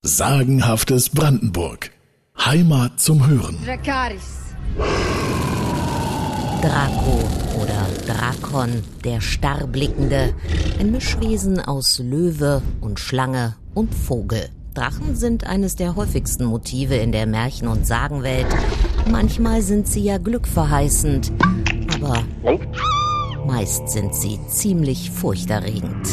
Sagenhaftes Brandenburg. Heimat zum Hören. Dracarys. Draco oder Drakon, der Starrblickende, ein Mischwesen aus Löwe und Schlange und Vogel. Drachen sind eines der häufigsten Motive in der Märchen- und Sagenwelt. Manchmal sind sie ja glückverheißend, aber meist sind sie ziemlich furchterregend.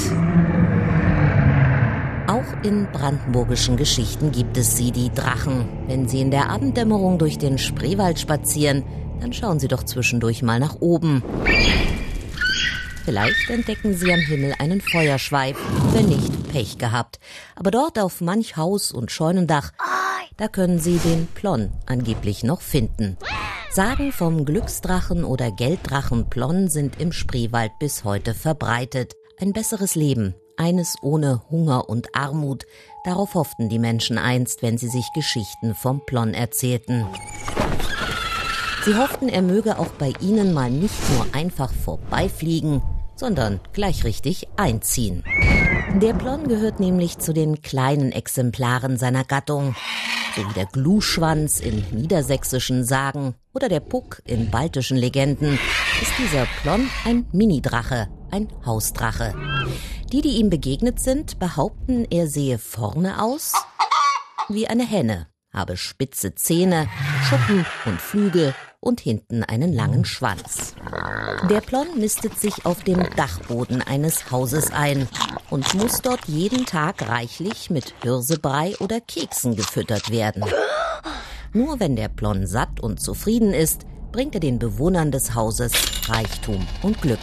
Auch in brandenburgischen Geschichten gibt es sie, die Drachen. Wenn Sie in der Abenddämmerung durch den Spreewald spazieren, dann schauen Sie doch zwischendurch mal nach oben. Vielleicht entdecken Sie am Himmel einen Feuerschweif, wenn nicht, Pech gehabt. Aber dort auf manch Haus und Scheunendach, da können Sie den Plon angeblich noch finden. Sagen vom Glücksdrachen oder Gelddrachen Plon sind im Spreewald bis heute verbreitet. Ein besseres Leben, eines ohne Hunger und Armut, darauf hofften die Menschen einst, wenn sie sich Geschichten vom Plon erzählten. Sie hofften, er möge auch bei ihnen mal nicht nur einfach vorbeifliegen, sondern gleich richtig einziehen. Der Plon gehört nämlich zu den kleinen Exemplaren seiner Gattung. So wie der Gluschwanz in niedersächsischen Sagen oder der Puck in baltischen Legenden ist dieser Plon ein Mini-Drache, ein Hausdrache. Die ihm begegnet sind, behaupten, er sehe vorne aus wie eine Henne, habe spitze Zähne, Schuppen und Flügel und hinten einen langen Schwanz. Der Plon nistet sich auf dem Dachboden eines Hauses ein und muss dort jeden Tag reichlich mit Hirsebrei oder Keksen gefüttert werden. Nur wenn der Plon satt und zufrieden ist, bringt er den Bewohnern des Hauses Reichtum und Glück.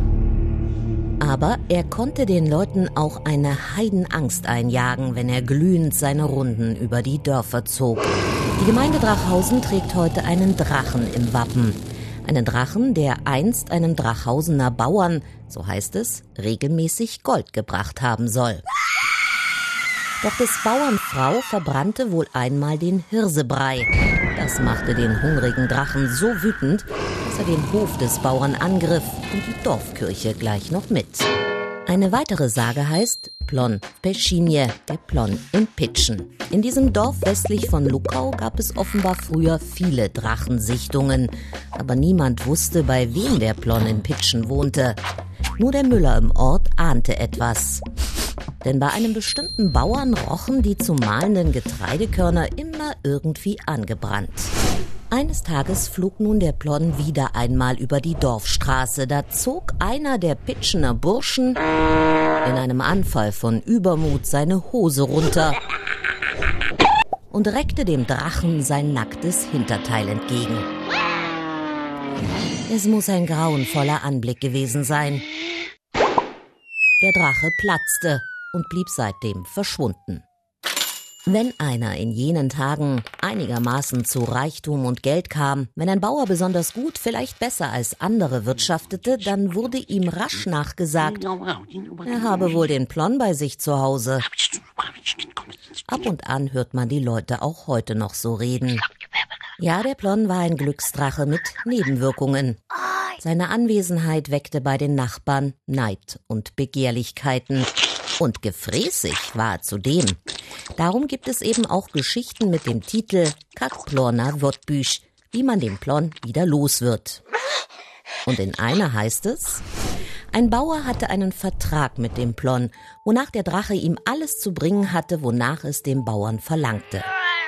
Aber er konnte den Leuten auch eine Heidenangst einjagen, wenn er glühend seine Runden über die Dörfer zog. Die Gemeinde Drachhausen trägt heute einen Drachen im Wappen. Einen Drachen, der einst einem Drachhausener Bauern, so heißt es, regelmäßig Gold gebracht haben soll. Doch des Bauern Frau verbrannte wohl einmal den Hirsebrei. Das machte den hungrigen Drachen so wütend, dass er den Hof des Bauern angriff und die Dorfkirche gleich noch mit. Eine weitere Sage heißt Plon w Pečíně, der Plon in Pitschen. In diesem Dorf westlich von Luckau gab es offenbar früher viele Drachensichtungen. Aber niemand wusste, bei wem der Plon in Pitschen wohnte. Nur der Müller im Ort ahnte etwas. Denn bei einem bestimmten Bauern rochen die zu mahlenden Getreidekörner immer irgendwie angebrannt. Eines Tages flog nun der Plon wieder einmal über die Dorfstraße. Da zog einer der Pitschener Burschen in einem Anfall von Übermut seine Hose runter und reckte dem Drachen sein nacktes Hinterteil entgegen. Es muss ein grauenvoller Anblick gewesen sein. Der Drache platzte und blieb seitdem verschwunden. Wenn einer in jenen Tagen einigermaßen zu Reichtum und Geld kam, wenn ein Bauer besonders gut, vielleicht besser als andere wirtschaftete, dann wurde ihm rasch nachgesagt, er habe wohl den Plon bei sich zu Hause. Ab und an hört man die Leute auch heute noch so reden. Ja, der Plon war ein Glücksdrache mit Nebenwirkungen. Seine Anwesenheit weckte bei den Nachbarn Neid und Begehrlichkeiten. Und gefräßig war er zudem. Darum gibt es eben auch Geschichten mit dem Titel Kak Plona Wodbüch, wie man den Plon wieder los wird. Und in einer heißt es, ein Bauer hatte einen Vertrag mit dem Plon, wonach der Drache ihm alles zu bringen hatte, wonach es dem Bauern verlangte.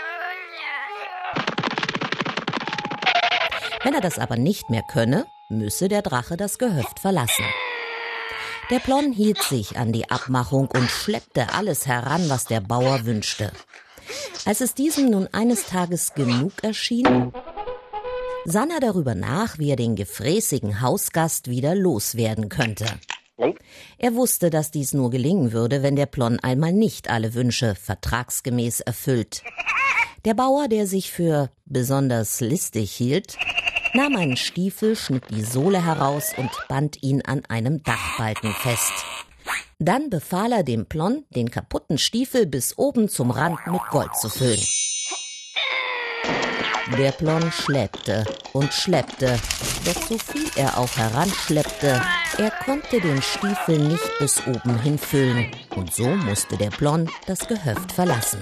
Wenn er das aber nicht mehr könne, müsse der Drache das Gehöft verlassen. Der Plon hielt sich an die Abmachung und schleppte alles heran, was der Bauer wünschte. Als es diesem nun eines Tages genug erschien, sann er darüber nach, wie er den gefräßigen Hausgast wieder loswerden könnte. Er wusste, dass dies nur gelingen würde, wenn der Plon einmal nicht alle Wünsche vertragsgemäß erfüllt. Der Bauer, der sich für besonders listig hielt, nahm einen Stiefel, schnitt die Sohle heraus und band ihn an einem Dachbalken fest. Dann befahl er dem Plon, den kaputten Stiefel bis oben zum Rand mit Gold zu füllen. Der Plon schleppte und schleppte, doch so viel er auch heranschleppte, er konnte den Stiefel nicht bis oben hin füllen, und so musste der Plon das Gehöft verlassen.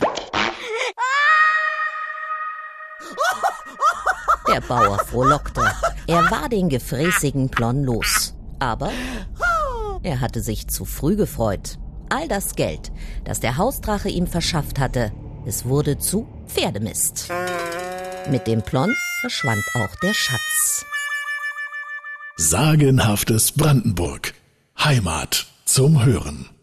Der Bauer frohlockte. Er war den gefräßigen Plon los. Aber er hatte sich zu früh gefreut. All das Geld, das der Hausdrache ihm verschafft hatte, es wurde zu Pferdemist. Mit dem Plon verschwand auch der Schatz. Sagenhaftes Brandenburg. Heimat zum Hören.